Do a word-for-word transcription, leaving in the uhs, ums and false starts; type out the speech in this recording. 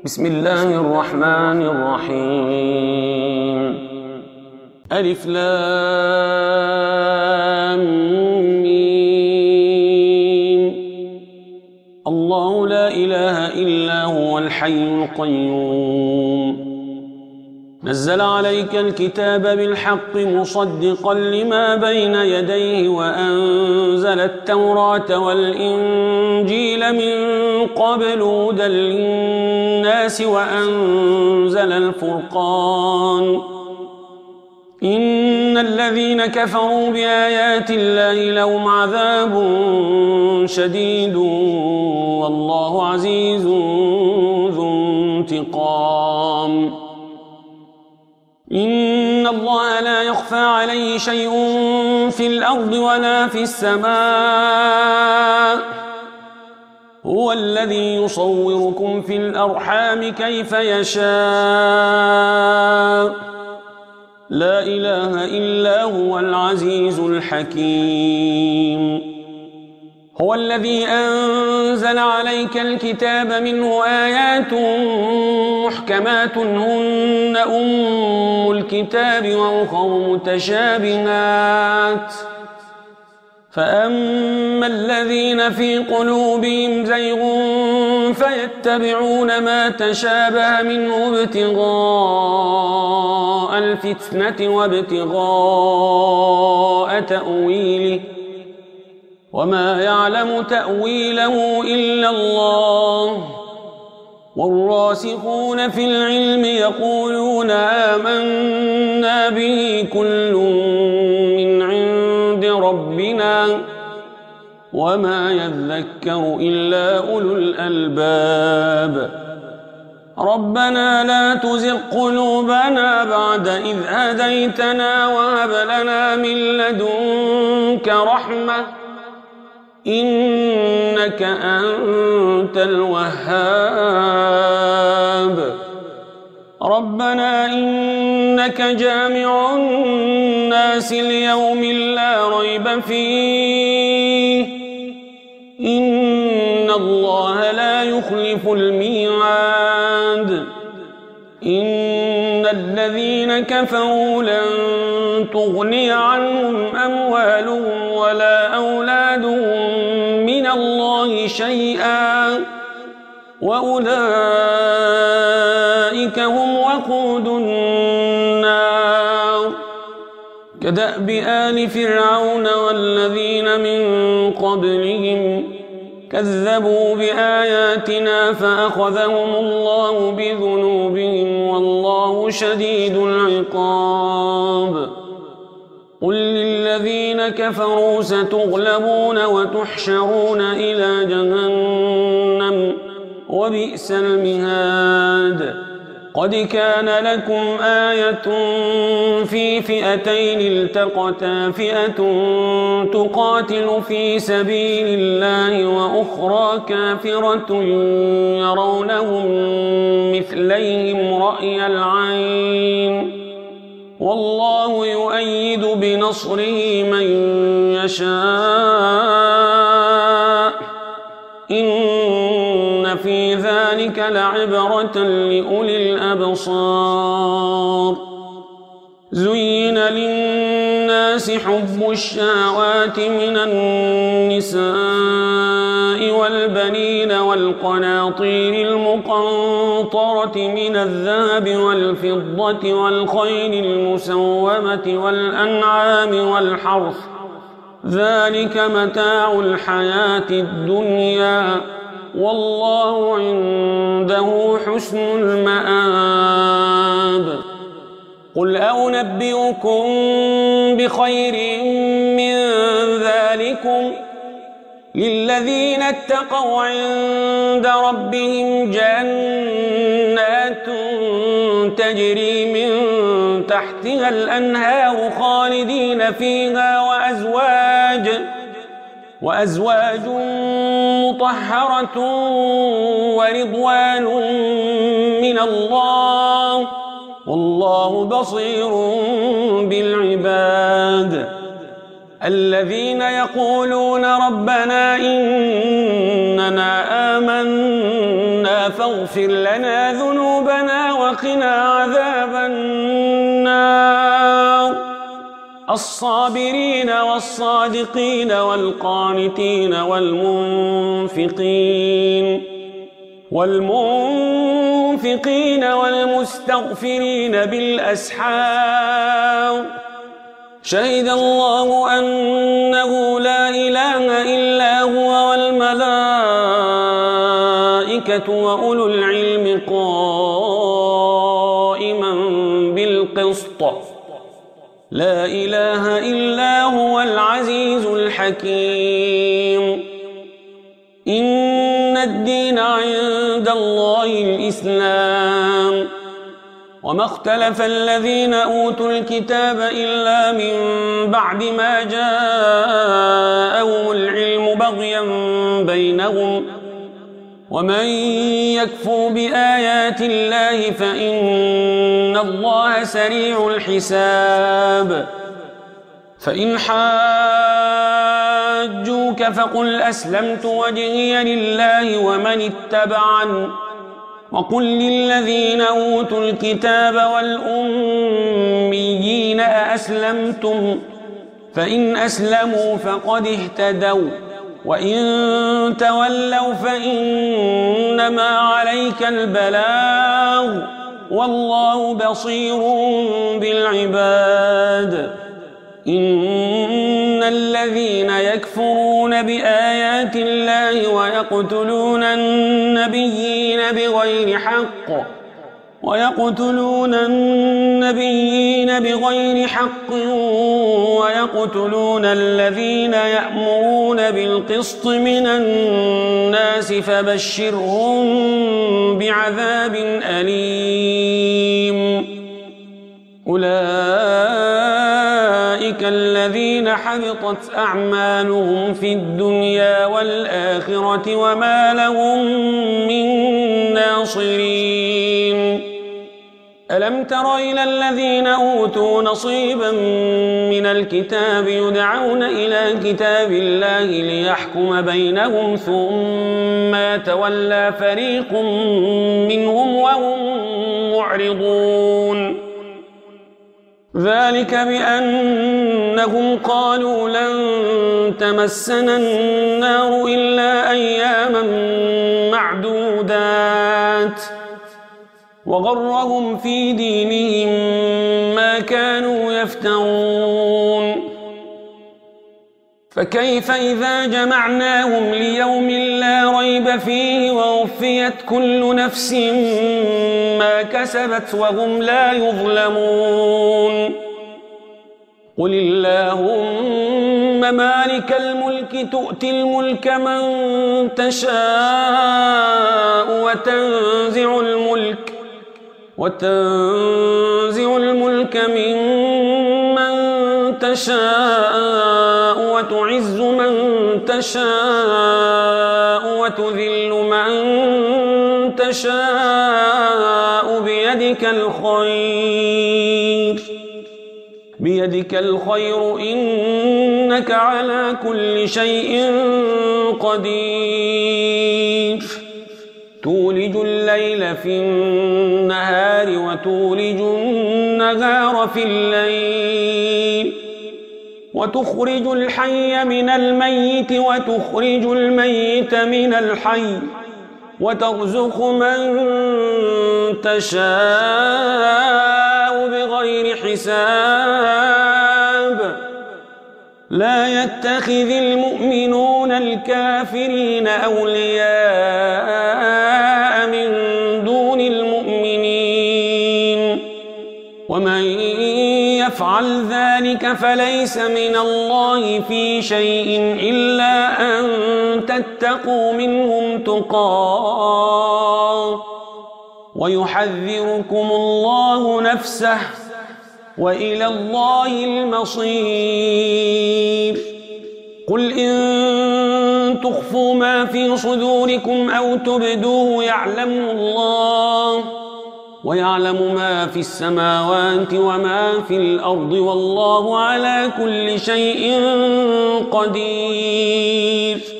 بسم الله الرحمن الرحيم. ألف لام ميم. الله لا إله إلا هو الحي القيوم. نزل عليك الكتاب بالحق مصدقا لما بين يديه وأنزل التوراة والإنجيل من قبل هدى للناس وأنزل الفرقان. إن الذين كفروا بآيات الله لهم عذاب شديد والله عزيز ذو انتقام. إن الله لا يخفى عليه شيء في الأرض ولا في السماء. هو الذي يصوركم في الأرحام كيف يشاء. لا إله إلا هو العزيز الحكيم. هو الذي أنزل عليك الكتاب منه آيات محكمات هن أم الكتاب وأخر متشابهات فأما الذين في قلوبهم زيغ فيتبعون ما تشابه منه ابتغاء الفتنة وابتغاء تأويله وما يعلم تأويله إلا الله. والراسخون في العلم يقولون آمنا به كل من عند ربنا وما يذكر إلا أولو الألباب. ربنا لا تزغ قلوبنا بعد إذ هديتنا وهب لنا من لدنك رحمة إنك أنت الوهاب. ربنا إنك جامع الناس ليوم لا ريب فيه إن الله لا يخلف الميعاد. إن الذين كفروا لن تغني عنهم أموالهم ولا أولادهم من الله شيئا وأولئك هم وقود النار. كدأب آل فرعون والذين من قبلهم كذبوا بآياتنا فأخذهم الله بذنوبهم والله شديد العقاب. قل للذين كفروا ستغلبون وتحشرون إلى جهنم وبئس المهاد. قد كان لكم آية في فئتين التقتا فئة تقاتل في سبيل الله وأخرى كافرة يرونهم مثليهم رأي العين والله يؤيد بنصره من يشاء. إن في ذلك لعبرة لأولي الأبصار. زين للناس حب الشهوات من النساء والبنين والقناطير المقنطرة من الذهب والفضة والخيل المسومة والأنعام والحرث ذلك متاع الحياة الدنيا والله عنده حسن المآب. قل أنبئكم بخير من ذلكم للذين اتقوا عند ربهم جنات تجري من تحتها الأنهار خالدين فيها وأزواج وأزواج مطهرة ورضوان من الله والله بصير بالعباد. الذين يقولون ربنا إننا آمنا فاغفر لنا ذنوبنا وقنا عذاب النار الصابرين والصادقين والقانتين والمنفقين والمنفقين والمستغفرين بالأسحار شهد الله أنه لا إله إلا هو والملائكة وأولو العلم قائما بالقسط لا إله إلا هو العزيز الحكيم إن الدين عند الله الإسلام وما اختلف الذين أوتوا الكتاب إلا من بعد ما جاءهم العلم بغيا بينهم ومن يكفر بآيات الله فإن الله سريع الحساب فإن حاجوك فقل أسلمت وجهي لله ومن اتبعن وقل للذين أوتوا الكتاب والأميين أأسلمتم فإن أسلموا فقد اهتدوا وإن تولوا فإنما عليك البلاغ والله بصير بالعباد إن الذين يكفرون بآيات الله ويقتلون النبيين بغير حق ويقتلون النبيين بغير حق ويقتلون الذين يأمرون بالقسط من الناس فبشرهم بعذاب أليم أولئك الذين حبطت أعمالهم في الدنيا والآخرة وما لهم من ناصرين ألم تر إلى الذين أوتوا نصيبا من الكتاب يدعون إلى كتاب الله ليحكم بينهم ثم تولى فريق منهم وهم معرضون ذلك بأنهم قالوا لن تمسنا النار إلا أياما معدودات وغرهم في دينهم ما كانوا يفترون فكيف إذا جمعناهم ليوم لا ريب فيه ووفيت كل نفس ما كسبت وهم لا يظلمون قل اللهم مالك الملك تؤتي الملك من تشاء وتنزع الملك وتنزع الملك ممن تشاء وتعز من تشاء وتذل من تشاء بيدك الخير بيدك الخير إنك على كل شيء قدير تولج الليل في النهار وتولج النهار في الليل وتخرج الحي من الميت وتخرج الميت من الحي وترزق من تشاء بغير حساب لا يتخذ المؤمنون الكافرين أولياء من دون المؤمنين ومن يفعل ذلك فليس من الله في شيء إلا أن تتقوا منهم تقاه ويحذركم الله نفسه وإلى الله المصير قل إن تخفوا ما في صدوركم أو تبدوه يعلمه الله ويعلم ما في السماوات وما في الأرض والله على كل شيء قدير